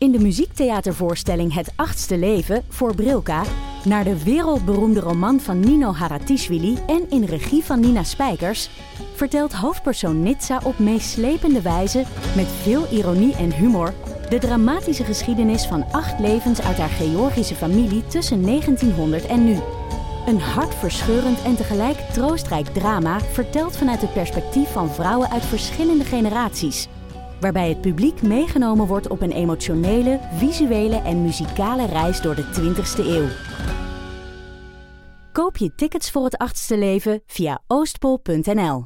in de muziektheatervoorstelling Het Achtste Leven voor Brilka naar de wereldberoemde roman van Nino Haratischvili en in regie van Nina Spijkers, vertelt hoofdpersoon Nitsa op meeslepende wijze, met veel ironie en humor, de dramatische geschiedenis van 8 levens uit haar Georgische familie tussen 1900 en nu. Een hartverscheurend en tegelijk troostrijk drama verteld vanuit het perspectief van vrouwen uit verschillende generaties, waarbij het publiek meegenomen wordt op een emotionele, visuele en muzikale reis door de 20e eeuw. Koop je tickets voor Het Achtste Leven via oostpol.nl.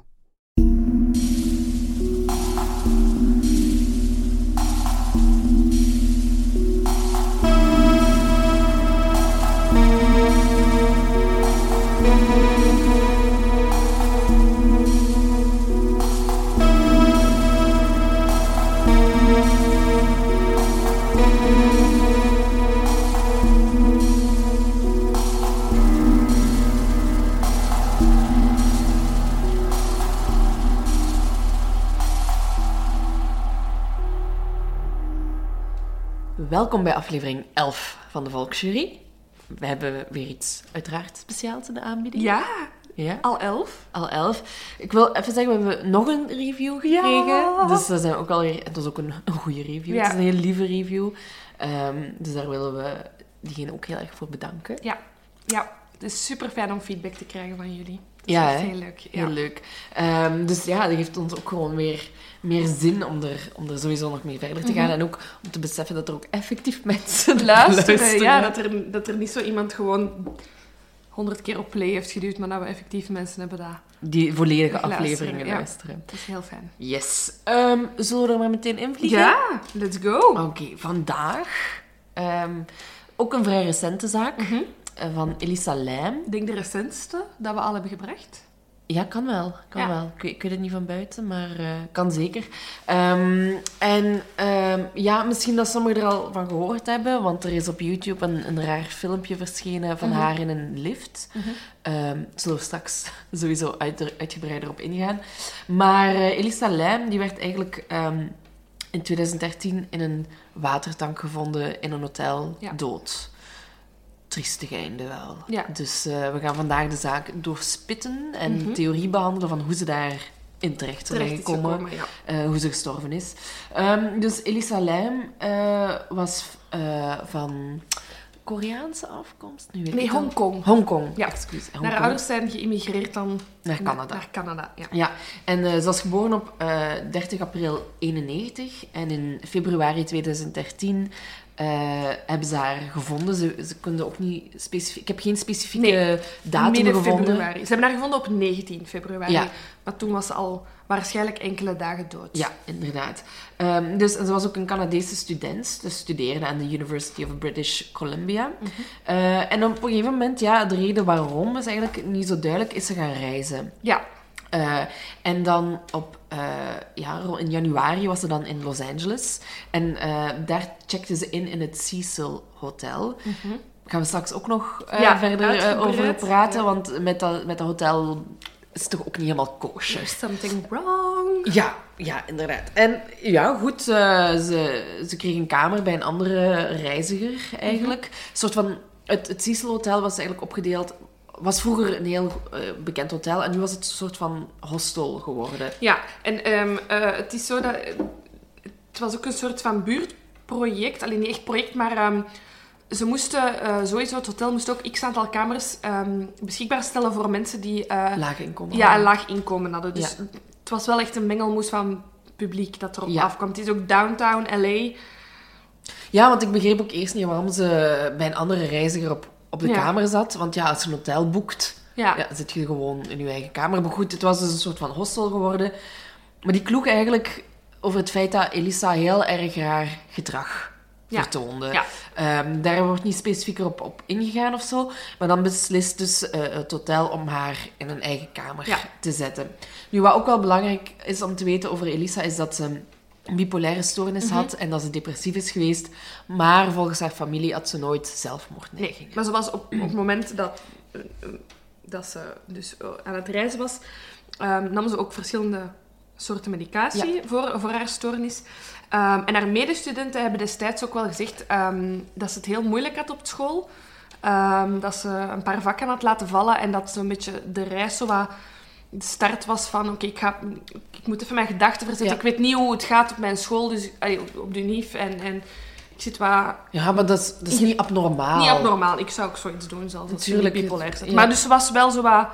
Welkom bij aflevering 11 van de Volksjury. We hebben weer iets uiteraard speciaals in de aanbieding. Ja? Al 11. Al 11. Ik wil even zeggen, we hebben nog een review gekregen. Ja. Dus dat zijn ook alweer, het was ook een goede review. Ja. Het is een heel lieve review. Dus daar willen we diegene ook heel erg voor bedanken. Ja. Het is super fijn om feedback te krijgen van jullie. Dat is ja, echt heel leuk. Ja. Heel leuk. Dus ja, dat geeft ons ook gewoon weer meer zin om er sowieso nog mee verder te gaan. En ook om te beseffen dat er ook effectief mensen luisteren. Ja, dat er niet zo iemand gewoon 100 keer op play heeft geduwd, maar dat we effectief mensen hebben die volledige afleveringen luisteren. Dat is heel fijn. Yes. Zullen we er maar meteen in vliegen? Ja, let's go. Oké, vandaag ook een vrij recente zaak. Van Elisa Lam. Ik denk de recentste dat we al hebben gebracht. Ja, kan wel. Ik weet het niet van buiten, maar kan zeker. Misschien dat sommigen er al van gehoord hebben, want er is op YouTube een raar filmpje verschenen van haar in een lift. Zullen we straks sowieso uitgebreider op ingaan. Maar Elisa Lam, die werd eigenlijk in 2013 in een watertank gevonden in een hotel dood. Triestig einde wel. Ja. Dus we gaan vandaag de zaak doorspitten en theorie behandelen van hoe ze daarin terecht zijn gekomen, hoe ze gestorven is. Dus Elisa Lam was van Koreaanse afkomst? Hongkong. Hongkong, ja. Excuus. Haar ouders zijn geïmigreerd dan naar Canada. Naar Canada, ja. En ze was geboren op 30 april 91 en in februari 2013 hebben ze haar gevonden. Ze konden ook niet specifiek... Ik heb geen specifieke datum gevonden. Februari. Ze hebben haar gevonden op 19 februari. Ja. Maar toen was ze al waarschijnlijk enkele dagen dood. Ja, inderdaad. Dus ze was ook een Canadese student. Ze studeerde aan de University of British Columbia. En op een gegeven moment, de reden waarom is eigenlijk niet zo duidelijk, is ze gaan reizen. Ja. En dan in januari was ze dan in Los Angeles. En daar checkte ze in het Cecil Hotel. Gaan we straks ook nog verder over praten. Ja. Want met dat hotel is het toch ook niet helemaal kosher. There's something wrong. Ja, inderdaad. En ja, goed, ze kreeg een kamer bij een andere reiziger eigenlijk. Een soort van... Het Cecil Hotel was eigenlijk opgedeeld... was vroeger een heel bekend hotel en nu was het een soort van hostel geworden. Ja, en het is zo dat... Het was ook een soort van buurtproject. Alleen niet echt project, maar ze moesten sowieso... Het hotel moest ook x aantal kamers beschikbaar stellen voor mensen die... laag inkomen hadden. Een laag inkomen hadden. Dus het was wel echt een mengelmoes van publiek dat erop afkwam. Het is ook downtown LA. Ja, want ik begreep ook eerst niet waarom ze bij een andere reiziger op de kamer zat. Want als je een hotel boekt, zit je gewoon in je eigen kamer. Maar goed, het was dus een soort van hostel geworden. Maar die kloeg eigenlijk over het feit dat Elisa heel erg haar gedrag vertoonde. Ja. Daar wordt niet specifieker op ingegaan of zo. Maar dan beslist dus het hotel om haar in een eigen kamer te zetten. Nu, wat ook wel belangrijk is om te weten over Elisa, is dat ze een bipolaire stoornis had en dat ze depressief is geweest. Maar volgens haar familie had ze nooit zelfmoordneigingen. Nee, maar ze was op het moment dat ze dus aan het reizen was, nam ze ook verschillende soorten medicatie voor haar stoornis. En haar medestudenten hebben destijds ook wel gezegd dat ze het heel moeilijk had op school. Dat ze een paar vakken had laten vallen en dat zo'n beetje de reis zo wat de start was van oké, ik moet even mijn gedachten verzetten. Ik weet niet hoe het gaat op mijn school, dus op de UNIF en ik zit wat... Ja, maar dat is niet abnormaal. Niet abnormaal. Ik zou ook zoiets doen zelfs. Natuurlijk. Bipolair zijn. Ja. Maar dus ze was wel zo wat...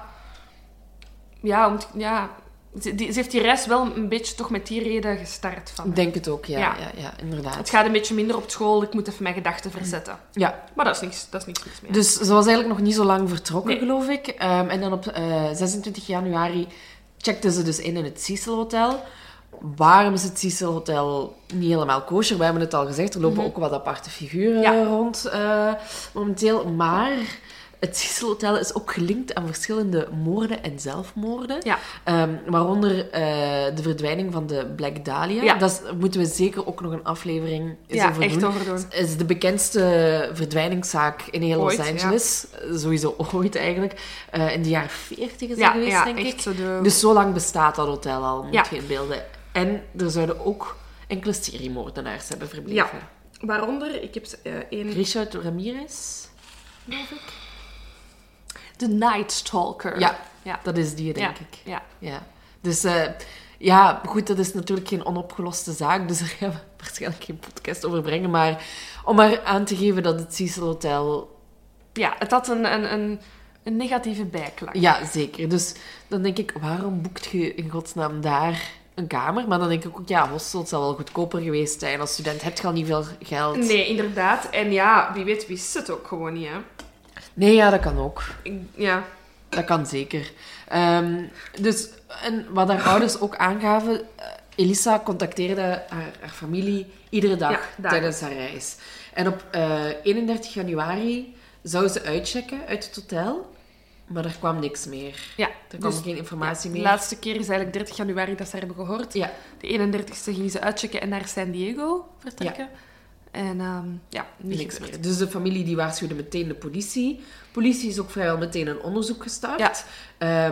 Ze heeft die reis wel een beetje toch met die reden gestart. Ik denk het ook, ja, inderdaad. Het gaat een beetje minder op school, ik moet even mijn gedachten verzetten. Ja. Maar dat is niks meer. Dus ze was eigenlijk nog niet zo lang vertrokken, geloof ik. En dan op 26 januari checkte ze dus in het Cecil Hotel. Waarom is het Cecil Hotel niet helemaal kosher? We hebben het al gezegd, er lopen ook wat aparte figuren rond momenteel. Maar het Cecil Hotel is ook gelinkt aan verschillende moorden en zelfmoorden. Ja. Waaronder de verdwijning van de Black Dahlia. Ja. Dat moeten we zeker ook nog een aflevering over echt doen. over doen. Het is de bekendste verdwijningszaak in heel ooit, Los Angeles. Ja. Sowieso ooit eigenlijk. In de jaren 40 is dat geweest, denk ik. Dus zo lang bestaat dat hotel al, moet je inbeelden. En er zouden ook enkele seriemoordenaars hebben verbleven. Ja. Waaronder, ik heb één... Richard Ramirez, geloof ik. The Night Stalker. Ja, dat is die, denk ik. Ja. Dus goed, dat is natuurlijk geen onopgeloste zaak, dus daar gaan we waarschijnlijk geen podcast over brengen. Maar om maar aan te geven dat het Cecil Hotel... Ja, het had een negatieve bijklank. Ja, zeker. Dus dan denk ik, waarom boekt je in godsnaam daar een kamer? Maar dan denk ik ook, hostel zal wel goedkoper geweest zijn. Als student heb je al niet veel geld. Nee, inderdaad. En ja, wie weet wist het ook gewoon niet, hè. Nee, ja, dat kan ook. Ja. Dat kan zeker. Dus, en wat haar ouders ook aangaven, Elisa contacteerde haar familie iedere dag tijdens haar reis. En op 31 januari zou ze uitchecken uit het hotel, maar er kwam niks meer. Ja, er kwam geen informatie meer. De laatste keer is eigenlijk 30 januari dat ze hebben gehoord. Ja. De 31ste gingen ze uitchecken en naar San Diego vertrekken. Ja. En niks meer. Dus de familie die waarschuwde meteen de politie. Politie is ook vrijwel meteen een onderzoek gestart. Ja.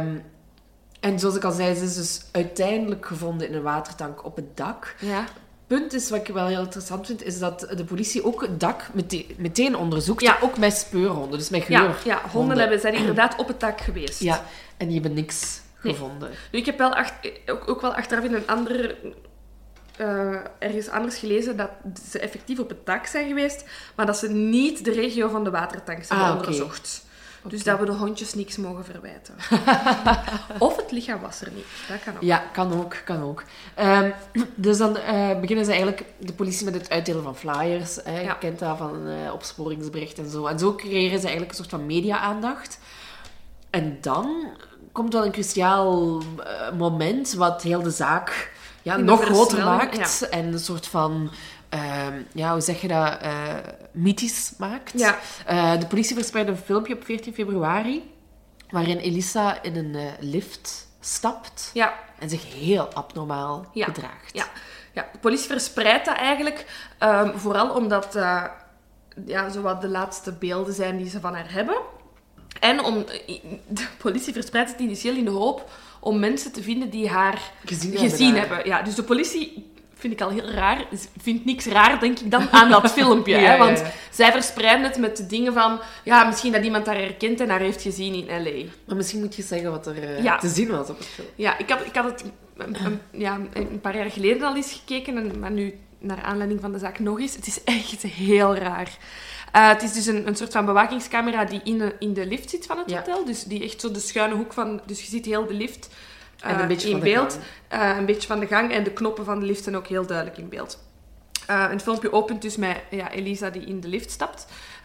En zoals ik al zei, ze is dus uiteindelijk gevonden in een watertank op het dak. Ja. Punt is, wat ik wel heel interessant vind, is dat de politie ook het dak meteen onderzoekt. Ja. Ook met speurhonden, dus met geurhonden. Ja, honden zijn inderdaad op het dak geweest. Ja, en die hebben niks gevonden. Nu, ik heb wel ook wel achteraf in een andere... ergens anders gelezen dat ze effectief op het dak zijn geweest, maar dat ze niet de regio van de watertanks hebben onderzocht. Dus dat we de hondjes niks mogen verwijten. Of het lichaam was er niet. Dat kan ook. Ja, kan ook. Dus dan beginnen ze eigenlijk, de politie, met het uitdelen van flyers. Je kent dat van opsporingsbericht en zo. En zo creëren ze eigenlijk een soort van media-aandacht. En dan komt wel een cruciaal moment wat heel de zaak nog groter maakt. Ja. En een soort van... hoe zeg je dat? Mythisch maakt. Ja. De politie verspreidde een filmpje op 14 februari... waarin Elisa in een lift stapt... en zich heel abnormaal gedraagt. Ja, de politie verspreidt dat eigenlijk... vooral omdat... zowat de laatste beelden zijn die ze van haar hebben. En de politie verspreidt het initieel in de hoop... om mensen te vinden die haar gezien hebben. Ja, dus de politie, vind ik al heel raar, vindt niks raar, denk ik dan, aan dat filmpje. Hè? Want zij verspreiden het met de dingen van... Ja, misschien dat iemand haar herkent en haar heeft gezien in L.A. Maar misschien moet je zeggen wat er te zien was op het film. Ja, ik had het een paar jaar geleden al eens gekeken, maar nu naar aanleiding van de zaak nog eens. Het is echt heel raar. Het is dus een soort van bewakingscamera die in de lift zit van het hotel. Dus die echt zo de schuine hoek van... Dus je ziet heel de lift en een beetje in beeld. Een beetje van de gang. En de knoppen van de lift zijn ook heel duidelijk in beeld. Het filmpje opent dus met Elisa die in de lift stapt.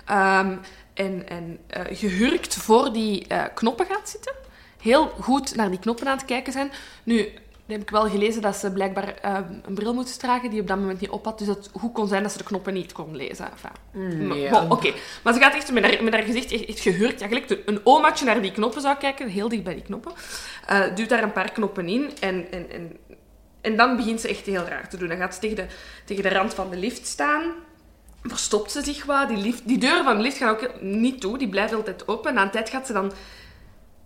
En gehurkt voor die knoppen gaat zitten. Heel goed naar die knoppen aan het kijken zijn. Nu... heb ik wel gelezen dat ze blijkbaar een bril moest dragen die op dat moment niet op had. Dus dat goed kon zijn dat ze de knoppen niet kon lezen. Oké. Maar ze gaat echt met haar gezicht echt gehurkt. Ja, gelijk een omaatje naar die knoppen zou kijken. Heel dicht bij die knoppen. Duwt daar een paar knoppen in. En dan begint ze echt heel raar te doen. Dan gaat ze tegen de rand van de lift staan. Verstopt ze zich wat. Die deuren van de lift gaan ook niet toe. Die blijven altijd open. Na een tijd gaat ze dan...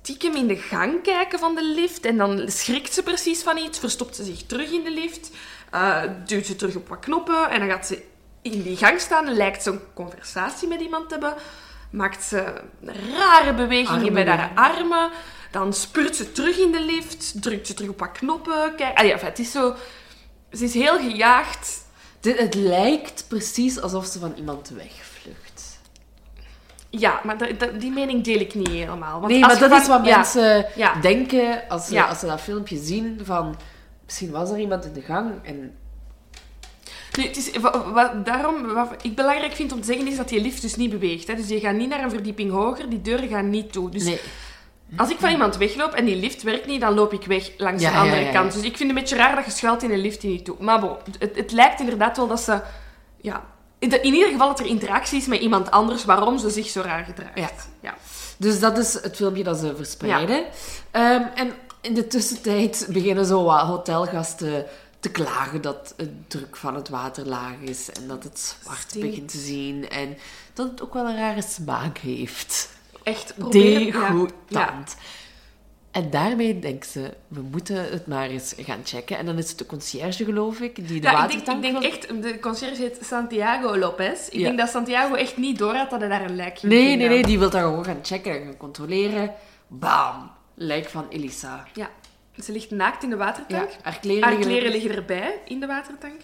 stiekem in de gang kijken van de lift. En dan schrikt ze precies van iets, verstopt ze zich terug in de lift, duwt ze terug op wat knoppen en dan gaat ze in die gang staan, lijkt ze een conversatie met iemand te hebben, maakt ze rare bewegingen met haar armen, dan spurt ze terug in de lift, drukt ze terug op wat knoppen. Het is zo... Ze is heel gejaagd. Het lijkt precies alsof ze van iemand wegvlucht. Ja, maar die mening deel ik niet helemaal. Want nee, maar dat is wat mensen denken als ze dat filmpje zien. Van, misschien was er iemand in de gang en... Nu, het is, wat ik belangrijk vind om te zeggen is dat die lift dus niet beweegt. Hè. Dus die gaat niet naar een verdieping hoger, die deuren gaan niet toe. Dus nee. Als ik van iemand wegloop en die lift werkt niet, dan loop ik weg langs de andere kant. Dus ik vind het een beetje raar dat je schuilt in een lift die niet toe. Maar bon, het lijkt inderdaad wel dat ze... Ja, in ieder geval dat er interactie is met iemand anders, waarom ze zich zo raar gedraagt. Ja. Dus dat is het filmpje dat ze verspreiden. En in de tussentijd beginnen zo wat hotelgasten te klagen dat het druk van het water laag is en dat het zwart begint te zien en dat het ook wel een rare smaak heeft. Echt proberen. Degoutant. Ja. En daarmee denken ze, we moeten het maar eens gaan checken. En dan is het de conciërge, geloof ik, die de watertank... Ik denk echt, de conciërge heet Santiago Lopez. Ik denk dat Santiago echt niet doorhad dat hij daar een lijk ging vinden. Nee, die wil dat gewoon gaan checken en gaan controleren. Bam! Lijk van Elisa. Ja. Ze ligt naakt in de watertank. Ja, haar kleren liggen erbij in de watertank.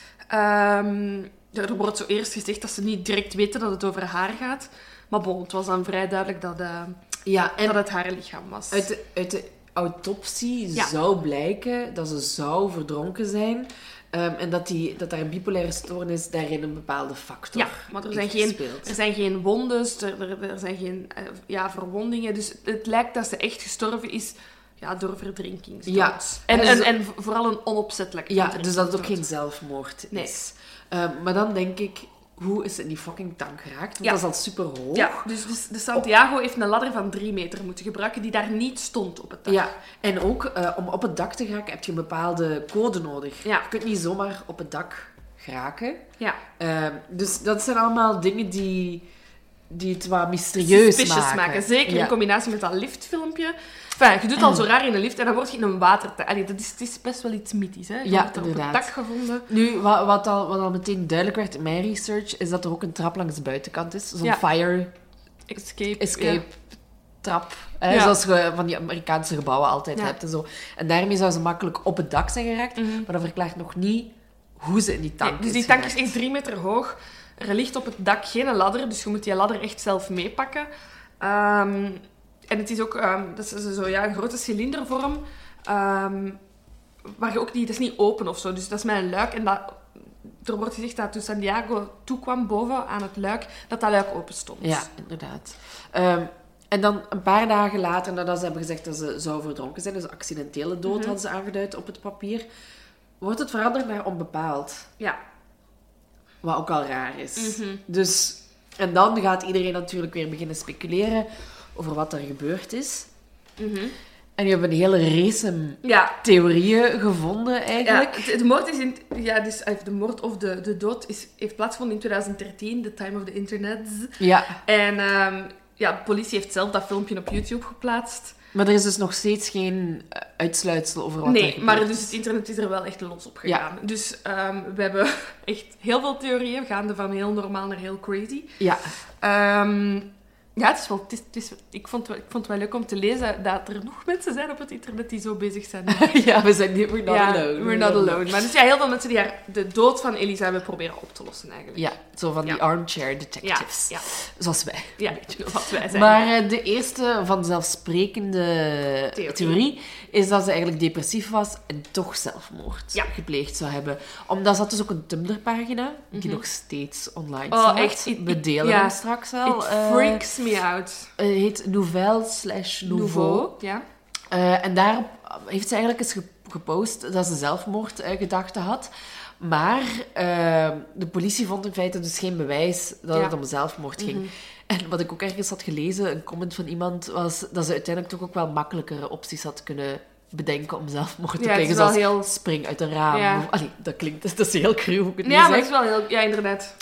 Er wordt zo eerst gezegd dat ze niet direct weten dat het over haar gaat. Maar bon, het was dan vrij duidelijk dat het haar lichaam was. Uit de autopsie zou blijken dat ze zou verdronken zijn. En dat daar een bipolaire stoornis daarin een bepaalde factor ja, maar er zijn geen wondes, er zijn geen verwondingen. Dus het lijkt dat ze echt gestorven is door verdrinkingsdood. Ja. En vooral een onopzettelijke verdrinkingsdood. Dus dat het ook geen zelfmoord is. Maar dan denk ik... Hoe is het in die fucking tank geraakt? Want dat is al super hoog. Ja, dus de Santiago heeft een ladder van 3 meter moeten gebruiken die daar niet stond op het dak. Ja, en ook om op het dak te geraken heb je een bepaalde code nodig. Ja. Je kunt niet zomaar op het dak geraken. Ja. Dus dat zijn allemaal dingen die het wat mysterieus maken. Zeker in combinatie met dat liftfilmpje. Enfin, je doet al zo raar in een lift en dan word je in een watertank. Het is best wel iets mythisch, hè? Je wordt op het dak gevonden. Nu, wat al meteen duidelijk werd in mijn research, is dat er ook een trap langs de buitenkant is. Zo'n fire escape trap. Zoals je van die Amerikaanse gebouwen altijd hebt en zo. En daarmee zou ze makkelijk op het dak zijn geraakt. Maar dat verklaart nog niet hoe ze in die tank is. Dus die tank is echt 3 meter hoog. Er ligt op het dak geen ladder, dus je moet die ladder echt zelf meepakken. En het is ook dat is zo, een grote cilindervorm, waar je ook niet... Dat is niet open of zo, dus dat is met een luik. En er wordt gezegd dat toen Santiago toekwam boven aan het luik, dat luik open stond. Ja, inderdaad. En dan een paar dagen later, nadat ze hebben gezegd dat ze zou verdronken zijn, dus accidentele dood hadden ze aangeduid op het papier, wordt het veranderd naar onbepaald. Ja. Wat ook al raar is. Dus, en dan gaat iedereen natuurlijk weer beginnen speculeren over wat er gebeurd is. En je hebt een hele race theorieën gevonden, eigenlijk. Ja, de moord is de moord of de dood heeft plaatsgevonden in 2013, the time of the internet. Ja. En de politie heeft zelf dat filmpje op YouTube geplaatst. Maar er is dus nog steeds geen uitsluitsel over wat er gebeurt. Nee, maar dus het internet is er wel echt los op gegaan. Ja. Dus we hebben echt heel veel theorieën, gaande van heel normaal naar heel crazy. Ja. Het is wel... Ik vond het wel leuk om te lezen dat er nog mensen zijn op het internet die zo bezig zijn. Ja, we're not alone. We're not alone. Maar dus heel veel mensen die de dood van Elisa hebben proberen op te lossen, eigenlijk. Ja, zo van die armchair detectives. Ja. Zoals wij. Ja, wat wij zijn. Maar de eerste vanzelfsprekende theorie is dat ze eigenlijk depressief was en toch zelfmoord gepleegd zou hebben. Omdat ze had dus ook een Tumblr-pagina, die nog steeds online staat. Echt? We delen hem straks wel. It freaks me out. Het heet Nouvelle/Nouveau. Ja. En daarop heeft ze eigenlijk eens gepost dat ze zelfmoordgedachten had. Maar de politie vond in feite dus geen bewijs dat het om zelfmoord ging. En wat ik ook ergens had gelezen, een comment van iemand, was dat ze uiteindelijk toch ook wel makkelijkere opties had kunnen bedenken om zelfmoord te plegen. Zoals spring uit een raam. Ja. Dat is heel cruw, hoe ik het nu zeg. Maar het is wel heel... Ja, inderdaad.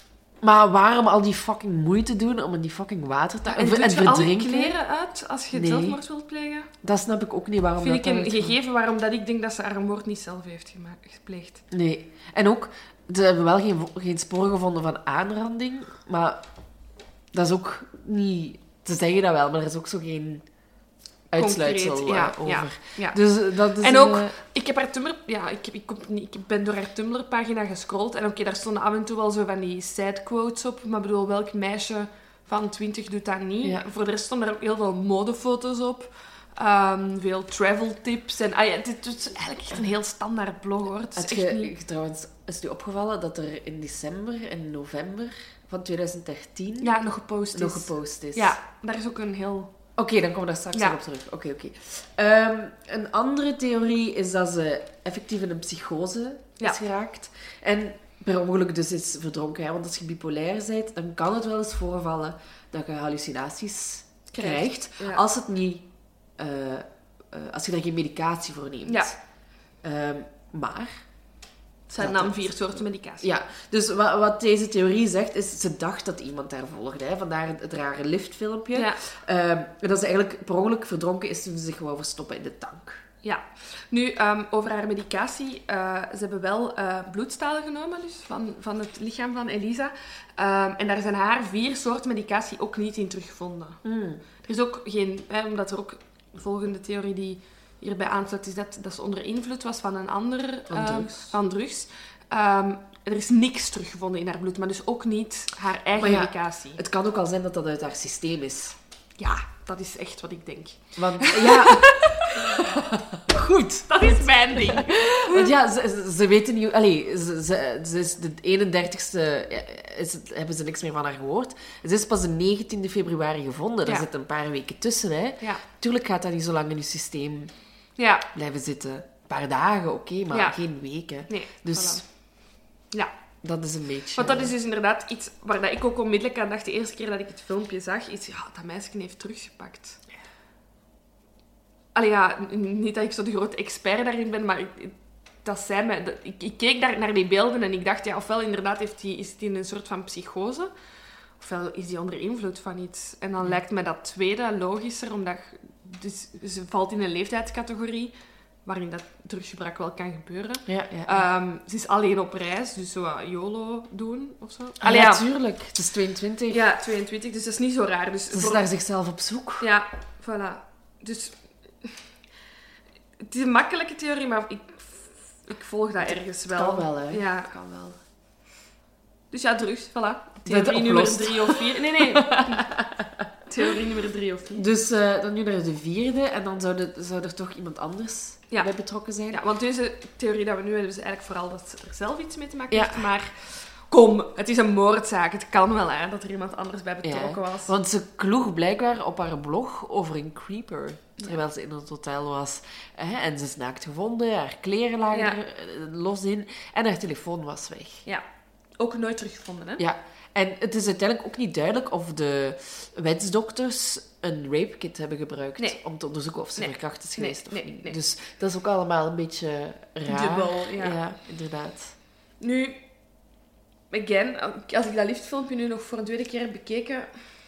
Maar waarom al die fucking moeite doen om in die fucking water te... En doet je al je kleren uit als je zelfmoord wilt plegen? Dat snap ik ook niet waarom Vind dat... ik een gegeven waarom dat ik denk dat ze haar moord niet zelf heeft gepleegd. Nee. En ook, ze hebben wel geen spoor gevonden van aanranding, maar dat is ook niet... Ze zeggen dat wel, maar er is ook zo geen uitsluitsel over. Ja. Dus dat is en ook, ik heb haar Tumblr... Ja, ik ben door haar Tumblr-pagina gescrolld en daar stonden af en toe wel zo van die side-quotes op, maar bedoel, welk meisje van 20 doet dat niet? Ja. Voor de rest stonden er ook heel veel modefoto's op. Veel travel tips. En, het is eigenlijk echt een heel standaard blog, hoor. Trouwens, is het je opgevallen dat er in december en november van 2013... Ja, nog gepost is. Ja, daar is ook een heel... Oké, dan komen we daar straks nog op terug. Oké. Een andere theorie is dat ze effectief in een psychose is geraakt. En per ongeluk dus is verdronken. Hè? Want als je bipolair bent, dan kan het wel eens voorvallen dat je hallucinaties krijgt. Ja. Als het niet... als je er geen medicatie voor neemt. Ja. Maar... Ze nam 4 soorten medicatie. Ja, dus wat deze theorie zegt, is ze dacht dat iemand haar volgde. Hè? Vandaar het rare liftfilmpje. Ja. En dat ze eigenlijk per ongeluk verdronken is toen ze zich wou verstoppen in de tank. Ja. Nu, over haar medicatie. Ze hebben wel bloedstalen genomen dus, van het lichaam van Elisa. En daar zijn haar 4 soorten medicatie ook niet in teruggevonden. Er is ook geen... omdat er ook... De volgende theorie die hierbij aansluit is dat ze onder invloed was van een ander... Van drugs. Er is niks teruggevonden in haar bloed, maar dus ook niet haar eigen medicatie. Het kan ook al zijn dat dat uit haar systeem is. Ja, dat is echt wat ik denk. Want, ja... Goed. Dat is mijn ding. Want ja, ze weten niet... ze is de 31ste... hebben ze niks meer van haar gehoord. Ze is pas de 19e februari gevonden. Daar zitten een paar weken tussen. Hè. Ja. Tuurlijk gaat dat niet zo lang in je systeem blijven zitten. Een paar dagen, oké, maar geen weken. Nee, dus... Voilà. Ja. Dat is een beetje... Want dat is dus inderdaad iets waar dat ik ook onmiddellijk aan dacht de eerste keer dat ik het filmpje zag. Is, dat meisje heeft teruggepakt. Allee, niet dat ik zo de grote expert daarin ben, maar dat zei mij... Ik keek daar naar die beelden en ik dacht, ofwel inderdaad is het in een soort van psychose, ofwel is die onder invloed van iets. En dan lijkt mij dat tweede logischer, omdat dus, ze valt in een leeftijdscategorie waarin dat drugsgebruik wel kan gebeuren. Ja. Ze is alleen op reis, dus zo YOLO doen of zo. Ja, tuurlijk. Het is 22. Ja, 22, dus dat is niet zo raar. Dus ze is naar zichzelf op zoek. Ja, voilà. Dus... Het is een makkelijke theorie, maar ik volg dat ergens wel. Het kan wel, hè. Ja. Het kan wel. Dus ja, drugs, voilà. Theorie nummer 3 of 4. Nee. Theorie nummer 3 of 4. Dus dan nu naar de 4e. En dan zou er toch iemand anders bij betrokken zijn. Ja, want deze theorie dat we nu hebben, is eigenlijk vooral dat er zelf iets mee te maken heeft. Maar kom, het is een moordzaak. Het kan wel, hè, dat er iemand anders bij betrokken was. Want ze kloeg blijkbaar op haar blog over een creeper. Terwijl ze in het hotel was. En ze is naakt gevonden. Haar kleren lagen er los in. En haar telefoon was weg. Ja. Ook nooit teruggevonden, hè? Ja. En het is uiteindelijk ook niet duidelijk of de wetsdokters een rape kit hebben gebruikt om te onderzoeken of ze verkracht is geweest of niet. Nee. Dus dat is ook allemaal een beetje raar. Dubbel, ja, inderdaad. Nu, again, als ik dat liftfilmpje nu nog voor een tweede keer heb bekeken...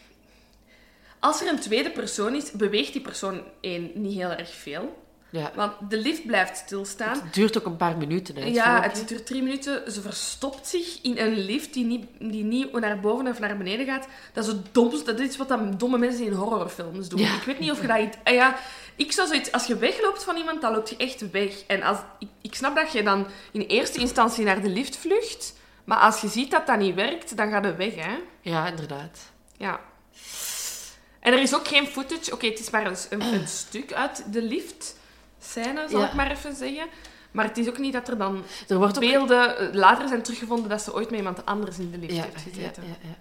Als er een tweede persoon is, beweegt die persoon niet heel erg veel. Ja. Want de lift blijft stilstaan. Het duurt ook een paar minuten. Hè, het duurt 3 minuten. Ze verstopt zich in een lift die niet naar boven of naar beneden gaat. Dat is het domste. Dat is wat dat domme mensen in horrorfilms doen. Ja. Ik weet niet of je dat... ik zou zoiets... Als je wegloopt van iemand, dan loop je echt weg. En ik snap dat je dan in eerste instantie naar de lift vlucht. Maar als je ziet dat dat niet werkt, dan ga je weg, hè. Ja, inderdaad. Ja. En er is ook geen footage. Oké, het is maar een stuk uit de liftscène, zal ik maar even zeggen. Maar het is ook niet dat er dan beelden later zijn teruggevonden dat ze ooit met iemand anders in de lift heeft gezeten.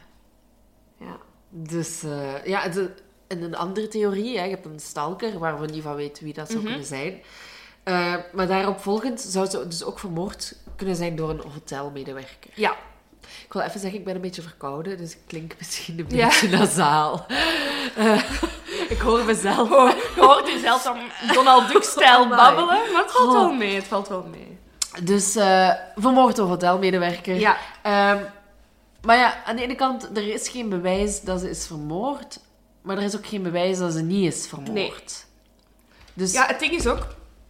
Ja. Dus, en een andere theorie, hè, je hebt een stalker, waar we niet van weten wie dat zou kunnen zijn. Maar daarop volgend zou ze dus ook vermoord kunnen zijn door een hotelmedewerker. Ja. Ik wil even zeggen, ik ben een beetje verkouden, dus ik klink misschien een beetje nasaal. Ik hoor mezelf. Je hoort jezelf dan Donald Duck-stijl babbelen, maar het valt wel mee. Dus vermoord door hotelmedewerker. Ja. Maar ja, aan de ene kant, er is geen bewijs dat ze is vermoord. Maar er is ook geen bewijs dat ze niet is vermoord. Nee. Dus... Ja, het ding is ook...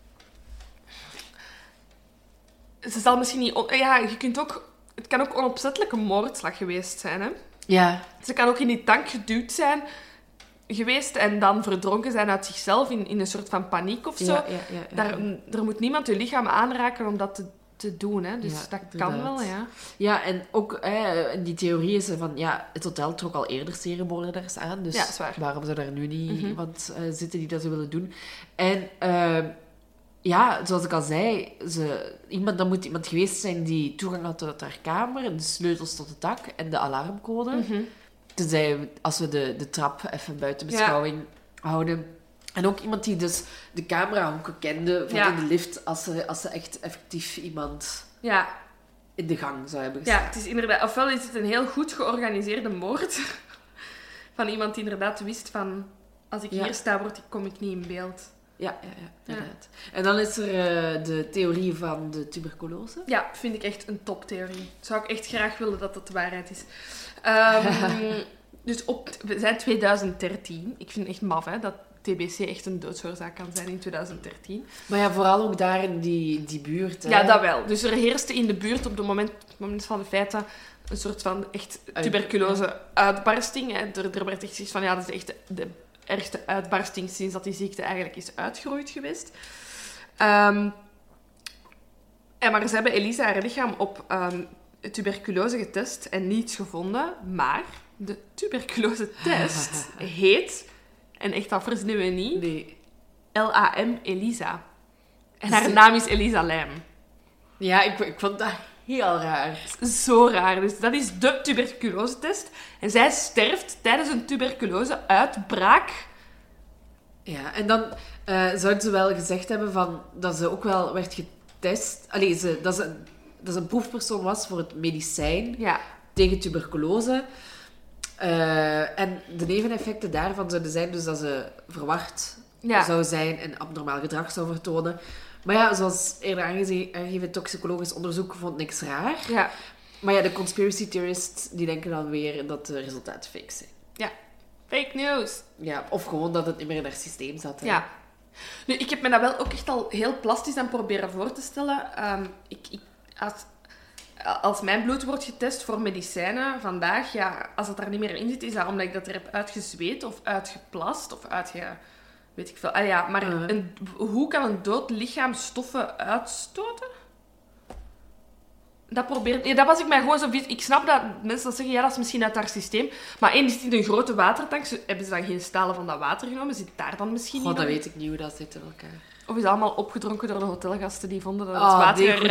Ze zal misschien niet... Ja, je kunt ook... Het kan ook onopzettelijke moordslag geweest zijn, hè. Ja. Ze kan ook in die tank geduwd zijn geweest en dan verdronken zijn uit zichzelf in een soort van paniek of zo. Ja. Er moet niemand je lichaam aanraken om dat te doen, hè. Dus Ja, dat inderdaad. kan wel, ja. Ja, en ook in die theorie is er van... Ja, het hotel trok al eerder seriemoordenaars aan. Dus Ja, is waar. waarom zou daar nu niet iemand zitten die dat zou willen doen? En ja, zoals ik al zei... Dat moet iemand geweest zijn die toegang had tot haar kamer. De sleutels tot het dak en de alarmcode. Tenzij, als we de trap even buiten beschouwing houden... En ook iemand die dus de camerahoeken kende van in de lift als ze echt effectief iemand in de gang zou hebben gestaan. Ja, het is inderdaad... Ofwel is het een heel goed georganiseerde moord van iemand die inderdaad wist van... Als ik hier sta, kom ik niet in beeld. Ja, inderdaad. En dan is er de theorie van de tuberculose. Ja, vind ik echt een toptheorie. Zou ik echt graag willen dat dat de waarheid is. Dus we zijn 2013. Ik vind het echt maf, hè, dat TBC echt een doodsoorzaak kan zijn in 2013. Maar ja, vooral ook daar in die buurt. Hè. Ja, dat wel. Dus er heerste in de buurt op het moment van de feiten een soort van echt tuberculose-uitbarsting. Er werd echt gezegd van, ja, dat is echt de ergste uitbarsting sinds dat die ziekte eigenlijk is uitgeroeid geweest. Maar ze hebben Elisa haar lichaam op tuberculose getest en niets gevonden. Maar de tuberculose-test heet, en echt dat verzinnen we niet, Nee. LAM Elisa. En haar naam is Elisa Lam. Ja, ik vond dat heel raar. Zo raar. Dus dat is de tuberculose-test. En zij sterft tijdens een tuberculose-uitbraak. Ja, en dan zouden ze wel gezegd hebben van, dat ze ook wel werd getest... Allee, dat ze een proefpersoon was voor het medicijn tegen tuberculose. En de neveneffecten daarvan zouden zijn dus dat ze verward zou zijn en abnormaal gedrag zou vertonen. Maar ja, zoals eerder aangegeven, toxicologisch onderzoek vond niks raar. Ja. Maar ja, de conspiracy theorists die denken dan weer dat de resultaten fake zijn. Ja. Fake news. Ja, of gewoon dat het niet meer in haar systeem zat. Hè. Ja. Nu, ik heb me dat wel ook echt al heel plastisch aan proberen voor te stellen. Als mijn bloed wordt getest voor medicijnen vandaag, ja, als het daar niet meer in zit, is dat omdat ik dat er heb uitgezweet of uitgeplast of weet ik veel. Maar hoe kan een dood lichaam stoffen uitstoten? Dat was ik mij gewoon zo... Ik snap dat mensen dat zeggen, ja, dat is misschien uit haar systeem. Maar één, die zit in een grote watertank. Hebben ze dan geen stalen van dat water genomen? Zit daar dan misschien niet? Dat weet ik niet hoe dat zit in elkaar. Of is het allemaal opgedronken door de hotelgasten die vonden dat het water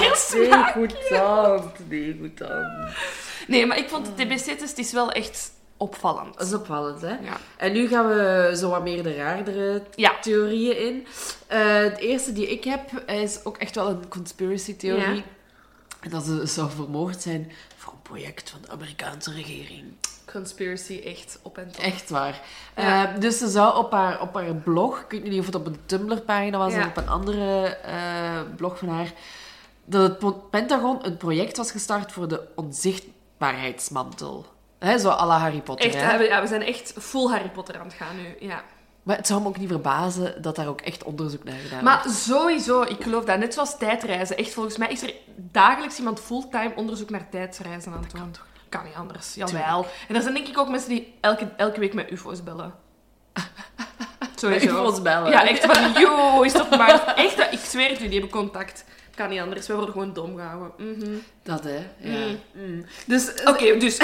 Degoutant. Nee, maar ik vond de TBC-test is wel echt opvallend. Dat is opvallend, hè? Ja. En nu gaan we zo wat meer de raardere theorieën in. De eerste die ik heb, is ook echt wel een conspiracy-theorie. Ja. En dat ze zou vermoord zijn voor een project van de Amerikaanse regering. Conspiracy, echt op en top. Echt waar. Ja. Dus ze zou op haar blog, ik weet niet of het op een Tumblr-pagina was of op een andere blog van haar, dat het Pentagon een project was gestart voor de onzichtbaarheidsmantel. Zo à la Harry Potter. Echt, we zijn echt full Harry Potter aan het gaan nu. Ja. Maar het zou me ook niet verbazen dat daar ook echt onderzoek naar gedaan wordt. Maar sowieso, ik geloof dat. Net zoals tijdreizen. Echt, volgens mij is er dagelijks iemand fulltime onderzoek naar tijdsreizen aan het doen. Kan niet anders. Jawel. En er zijn denk ik ook mensen die elke week met ufo's bellen. Sowieso. UFO's bellen. Ja, echt van, yo, is dat maar... Echt, ik zweer het u, die hebben contact. Kan niet anders. We worden gewoon dom gehouden. Mm-hmm. Dat, hè. Ja. Dus... Oké, dus...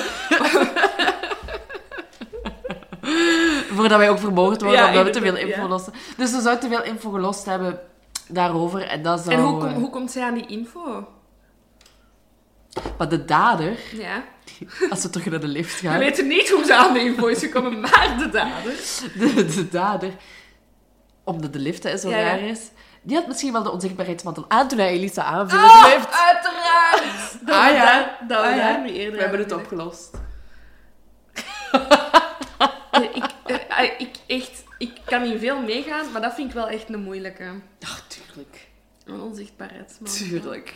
Voordat wij ook vermoord worden, omdat we te veel info lossen. Dus ze zou te veel info gelost hebben daarover. En dat zou... En hoe komt zij aan die info? Maar de dader... Ja. Als we terug naar de lift gaan... We weten niet hoe ze aan de info is gekomen, maar de dader... De dader... Omdat de lift zo raar is... Die had misschien wel de onzichtbaarheidsmantel aan toen hij Elisa aanviel in de lift. Uiteraard! Dat we daar nu eerder we hebben het opgelost. Ik kan hier veel meegaan, maar dat vind ik wel echt een moeilijke. Ach, tuurlijk. Een onzichtbaarheidsmantel. Tuurlijk.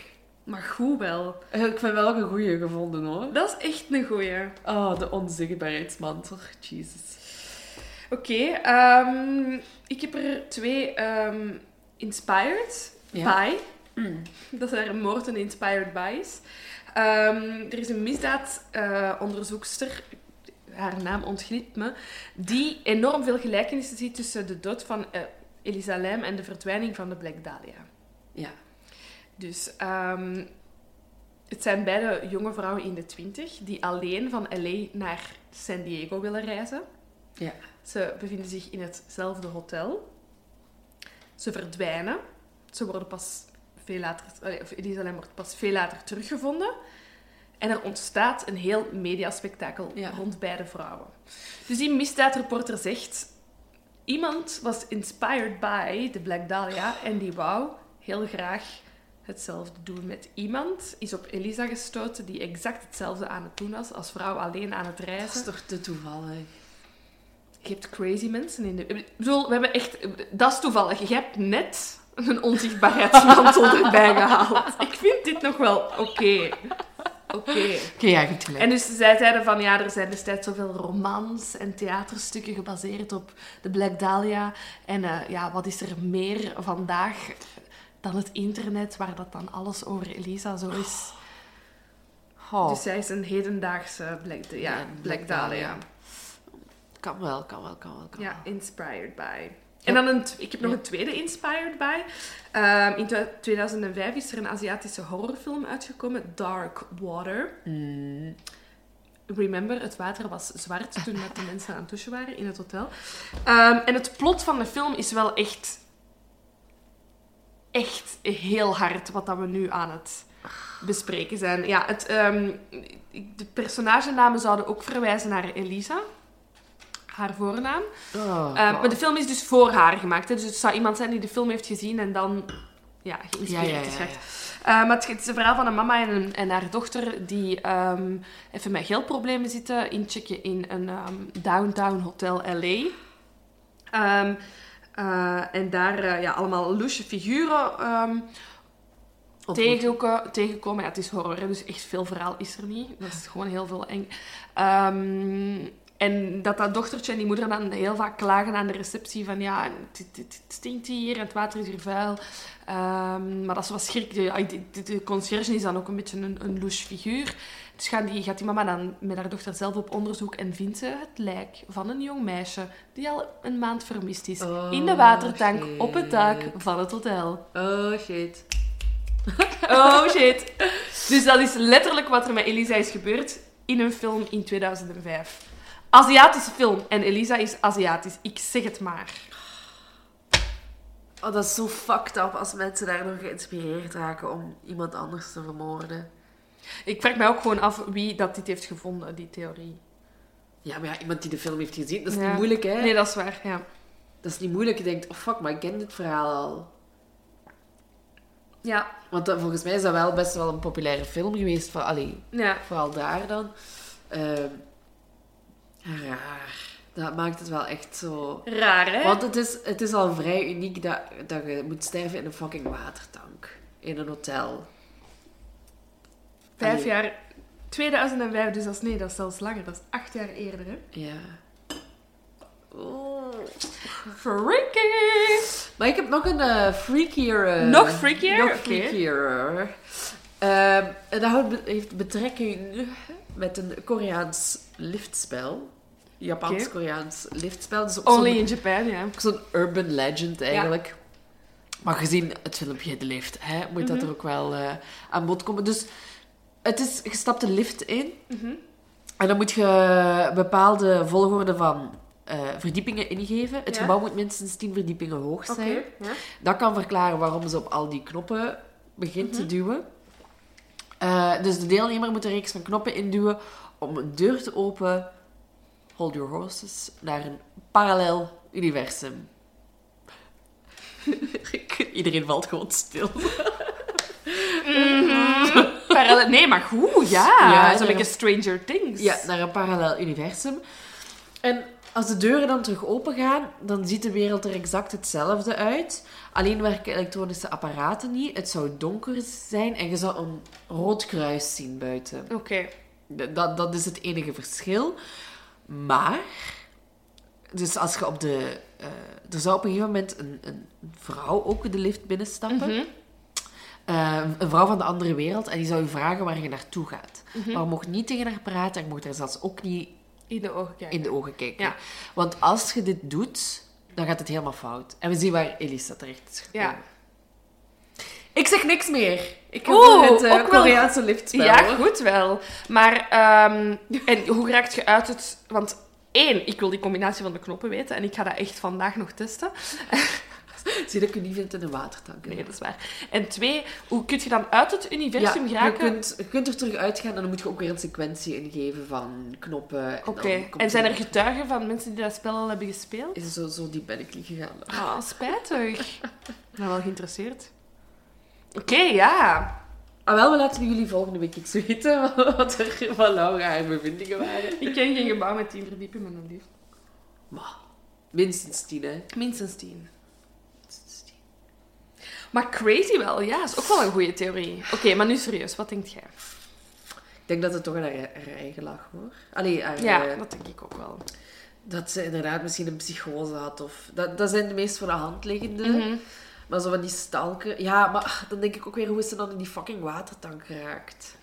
Maar goed wel. Ik vind wel een goeie gevonden, hoor. Dat is echt een goeie. Oh, de onzichtbaarheidsmantel. Jesus. Oké, ik heb er 2 inspired by. Dat er een moord een inspired by is. Er is een misdaadonderzoekster, haar naam ontglipt me, die enorm veel gelijkenissen ziet tussen de dood van Elisa Lam en de verdwijning van de Black Dahlia. Ja. Dus het zijn beide jonge vrouwen in de 20 die alleen van LA naar San Diego willen reizen. Ja. Ze bevinden zich in hetzelfde hotel. Ze verdwijnen. Ze worden pas veel later... Elisa Lam wordt pas veel later teruggevonden. En er ontstaat een heel mediaspectakel rond beide vrouwen. Dus die misdaadreporter zegt... Iemand was inspired by de Black Dahlia en die wou heel graag hetzelfde doen met iemand. Is op Elisa gestoten die exact hetzelfde aan het doen was als vrouw alleen aan het reizen. Dat is toch te toevallig? Je hebt crazy mensen in de... Ik bedoel, we hebben echt... Dat is toevallig. Je hebt net een onzichtbaarheidsmantel erbij gehaald. Ik vind dit nog wel oké. Oké, ja, je hebt gelijk. En dus zij zeiden van, ja, er zijn destijds zoveel romans en theaterstukken gebaseerd op de Black Dahlia. En wat is er meer vandaag dan het internet, waar dat dan alles over Elisa zo is. Oh. Dus zij is een hedendaagse Black Dahlia. Kan wel. Ja, inspired by. En dan ik heb nog een tweede inspired by. In 2005 is er een Aziatische horrorfilm uitgekomen, Dark Water. Remember, het water was zwart toen de mensen aan het douchen waren in het hotel. En het plot van de film is wel echt heel hard wat dat we nu aan het bespreken zijn. Ja, de personagenamen zouden ook verwijzen naar Elisa. Haar voornaam. Maar de film is dus voor haar gemaakt. Hè? Dus het zou iemand zijn die de film heeft gezien en dan geïnspireerd is geraakt. Maar het is een verhaal van een mama en haar dochter die even met geldproblemen zitten, inchecken in een downtown hotel LA. En daar allemaal lusje figuren tegenkomen. Ja, het is horror, hè? Dus echt veel verhaal is er niet. Dat is gewoon heel veel eng. En dat dochtertje en die moeder dan heel vaak klagen aan de receptie van ja, het stinkt hier en het water is hier vuil. Maar dat is wat schrik. De conciërge is dan ook een beetje een louche figuur. Dus gaat die mama dan met haar dochter zelf op onderzoek en vindt ze het lijk van een jong meisje die al een maand vermist is. In de watertank op het dak van het hotel. Oh, shit. Oh, shit. Dus dat is letterlijk wat er met Elisa is gebeurd in een film in 2005. Aziatische film. En Elisa is Aziatisch. Ik zeg het maar. Oh, dat is zo fucked up als mensen daardoor geïnspireerd raken om iemand anders te vermoorden. Ik vraag mij ook gewoon af wie dat dit heeft gevonden, die theorie. Ja, maar iemand die de film heeft gezien, dat is niet moeilijk, hè? Nee, dat is waar, ja. Dat is niet moeilijk. Je denkt, oh fuck, maar ik ken dit verhaal al. Ja. Want volgens mij is dat wel best wel een populaire film geweest. Vooral daar dan. Raar. Dat maakt het wel echt zo... Raar, hè? Want het is al vrij uniek dat je moet sterven in een fucking watertank. In een hotel. 5 jaar... 2005, dus dat is zelfs langer. Dat is 8 jaar eerder, hè? Ja. Oh. Freaky! Maar ik heb nog een freakier... Nog freakier? Nog freakier. En dat heeft betrekking met een Koreaans liftspel. Japans-Koreaans liftspel. Dus Only in Japan, ja. Zo'n urban legend, eigenlijk. Ja. Maar gezien het filmpje De Lift, moet dat er ook wel aan bod komen. Dus je stapt de lift in. En dan moet je bepaalde volgorde van verdiepingen ingeven. Het gebouw moet minstens 10 verdiepingen hoog zijn. Okay, ja. Dat kan verklaren waarom ze op al die knoppen begint te duwen. Dus de deelnemer moet een reeks van knoppen induwen om een deur te openen. Hold your horses. Naar een parallel universum. Iedereen valt gewoon stil. Nee, maar goed, ja. Zo'n beetje Stranger Things. Ja, naar een parallel universum. En Als de deuren dan terug open gaan, dan ziet de wereld er exact hetzelfde uit. Alleen werken elektronische apparaten niet. Het zou donker zijn en je zou een rood kruis zien buiten. Oké. Dat is het enige verschil. Maar, dus als je op de... er zou op een gegeven moment een vrouw ook de lift binnenstappen. Een vrouw van de andere wereld. En die zou je vragen waar je naartoe gaat. Maar je mocht niet tegen haar praten. En je mocht haar zelfs ook niet in de ogen kijken. Ja. Want als je dit doet, dan gaat het helemaal fout. En we zien waar Elisa terecht is gekomen. Ja. Ik zeg niks meer. Ik heb het Koreaanse liftspel. Ja, goed wel. Maar, en hoe raakt je uit het... Want 1, ik wil die combinatie van de knoppen weten. En ik ga dat echt vandaag nog testen. Zie dat ik je niet vind in een watertank. Nee, dat is waar. En 2, hoe kun je dan uit het universum geraken? Je kunt er terug uitgaan en dan moet je ook weer een sequentie ingeven van knoppen. Oké. En zijn er getuigen van mensen die dat spel al hebben gespeeld? Is zo diep ben ik niet gegaan. Ah, spijtig. Ik ben wel geïnteresseerd. Oké, ja. Wel, we laten jullie volgende week iets weten wat er van Laura haar bevindingen waren. Ik ken geen gebouw met 10 verdiepingen met een lift. Maar, minstens 10, hè. Minstens 10. Maar crazy wel, ja. Dat is ook wel een goede theorie. Oké, maar nu serieus. Wat denk jij? Ik denk dat het toch aan haar eigen lag, hoor. Allee, ja, dat denk ik ook wel. Dat ze inderdaad misschien een psychose had. Of, dat zijn de meest voor de hand liggende. Maar zo van die stalken... Ja, maar dan denk ik ook weer, hoe is ze dan in die fucking watertank geraakt?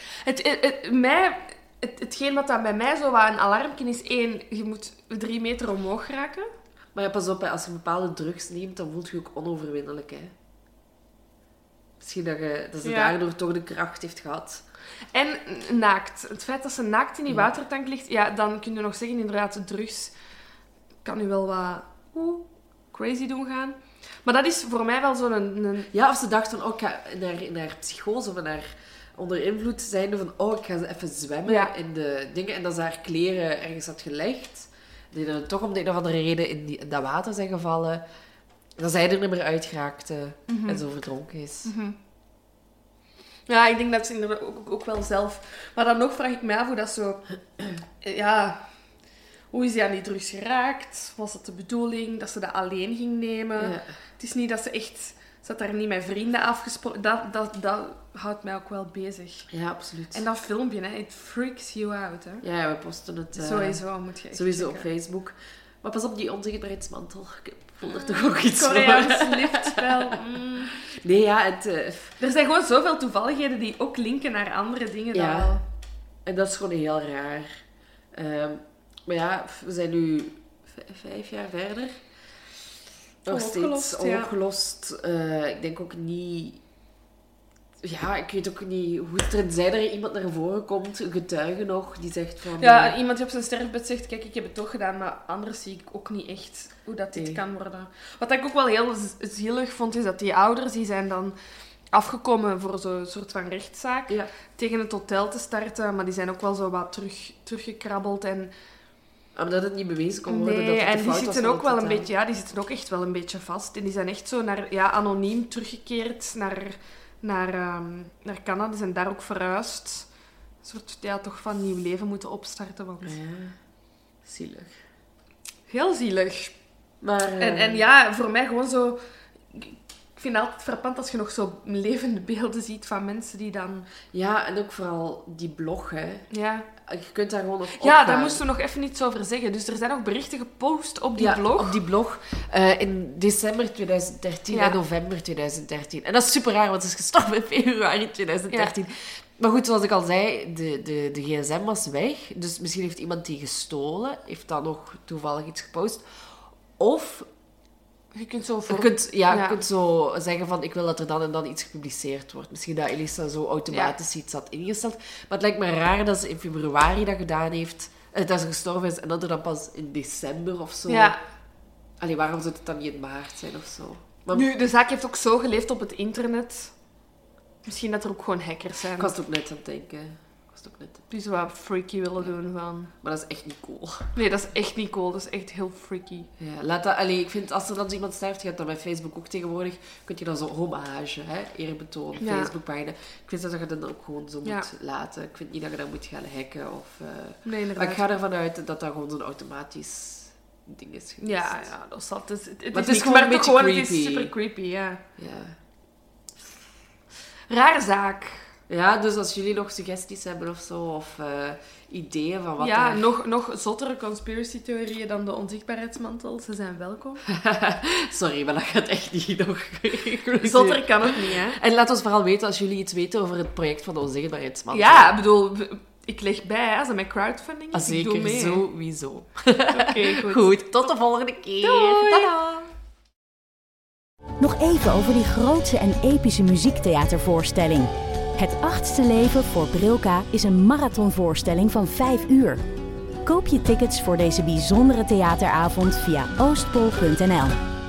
Hetgeen wat dan bij mij zo wat een alarmpje is, 1, je moet 3 meter omhoog raken. Maar ja, pas op, als je bepaalde drugs neemt, dan voelt je je ook onoverwinnelijk, hè. Misschien dat ze daardoor toch de kracht heeft gehad. En naakt. Het feit dat ze naakt in die watertank ligt, ja, dan kun je nog zeggen, inderdaad, de drugs kan u wel wat crazy doen gaan. Maar dat is voor mij wel zo'n... Ja, of ze dacht van, ik ga in haar psychose of in haar onder invloed zijnde van, ik ga even zwemmen in de dingen. En dat ze haar kleren ergens had gelegd. Die dan toch om de een of andere reden in dat water zijn gevallen. Dat zij er niet meer uit geraakte en zo verdronken is. Ja, ik denk dat ze inderdaad ook wel zelf... Maar dan nog vraag ik me af hoe dat zo... Ja... Hoe is die aan die drugs geraakt? Was dat de bedoeling dat ze dat alleen ging nemen? Ja. Het is niet dat ze echt... Ze had daar niet met vrienden afgesproken. Dat houdt mij ook wel bezig. Ja, absoluut. En dat filmpje, hè, it freaks you out. Hè? Ja, we posten het... sowieso moet je echt sowieso checken. op Facebook. Maar pas op die onzichtbaarheidsmantel. Ik voel er toch ook iets voor. Koreaans liftspel. Nee, ja, Er zijn gewoon zoveel toevalligheden die ook linken naar andere dingen. Ja, en dat is gewoon heel raar. Maar ja, we zijn nu 5 jaar verder. Nog steeds onopgelost. Ik denk ook niet... Ja, ik weet ook niet hoe... Tenzij er iemand naar voren komt, een getuige nog, die zegt van... Ja, iemand die op zijn sterfbed zegt, kijk, ik heb het toch gedaan, maar anders zie ik ook niet echt hoe dat dit kan worden. Wat ik ook wel heel zielig vond, is dat die ouders, die zijn dan afgekomen voor zo'n soort van rechtszaak tegen het hotel te starten, maar die zijn ook wel zo wat teruggekrabbeld en... Omdat het niet bewezen kon worden dat het en de die fout zitten was ook wel een beetje... die zitten ook echt wel een beetje vast. En die zijn echt zo anoniem teruggekeerd naar Canada. Die zijn daar ook verhuisd. Een soort, toch van nieuw leven moeten opstarten. Want... Ja, zielig. Heel zielig. Maar... En ja, voor mij gewoon zo... Ik vind het altijd frappant als je nog zo levende beelden ziet van mensen die dan... Ja, en ook vooral die blog, hè. Ja. Je kunt daar gewoon op opgaan. Ja, daar moesten we nog even iets over zeggen. Dus er zijn nog berichten gepost op die blog. Op die blog. In december 2013 en november 2013. En dat is super raar, want het is gestorven in februari 2013. Ja. Maar goed, zoals ik al zei, de gsm was weg. Dus misschien heeft iemand die gestolen. Heeft dan nog toevallig iets gepost. Of... Je kunt zo je kunt zo zeggen van, ik wil dat er dan en dan iets gepubliceerd wordt. Misschien dat Elisa zo automatisch iets had ingesteld. Maar het lijkt me raar dat ze in februari dat gedaan heeft, dat ze gestorven is, en dat er dan pas in december of zo... Ja. Allee, waarom zou het dan niet in maart zijn of zo? Maar... Nu, de zaak heeft ook zo geleefd op het internet. Misschien dat er ook gewoon hackers zijn. Ik was het ook net aan het denken. Die zo wat freaky willen doen van... Maar dat is echt niet cool. Nee, dat is echt niet cool. Dat is echt heel freaky. Ja, ik vind, als er dan iemand sterft, je hebt dat bij Facebook ook tegenwoordig, kun je dan zo hommage, eerbetoon, Facebookpagina. Ik vind dat je dat dan ook gewoon zo moet laten. Ik vind niet dat je dat moet gaan hacken of... Nee, maar ik ga ervan uit dat dat gewoon zo'n automatisch ding is geweest. Ja, dat is altijd... Het is gewoon een beetje creepy. Het is super creepy, ja. Ja. Rare zaak. Ja, dus als jullie nog suggesties hebben of zo, of ideeën van wat Ja, nog zottere conspiracy-theorieën dan de onzichtbaarheidsmantel. Ze zijn welkom. Sorry, maar dat gaat echt niet nog. Zotter kan het niet, hè. En laat ons vooral weten als jullie iets weten over het project van de onzichtbaarheidsmantel. Ja, ik bedoel... Ik leg bij, als dat met crowdfunding is, ik doe Zeker, mee. sowieso. Oké, goed. Goed, tot de volgende keer. Doei. Tada! Nog even over die grootse en epische muziektheatervoorstelling. Het 8e leven voor Brilka is een marathonvoorstelling van 5 uur. Koop je tickets voor deze bijzondere theateravond via oostpol.nl.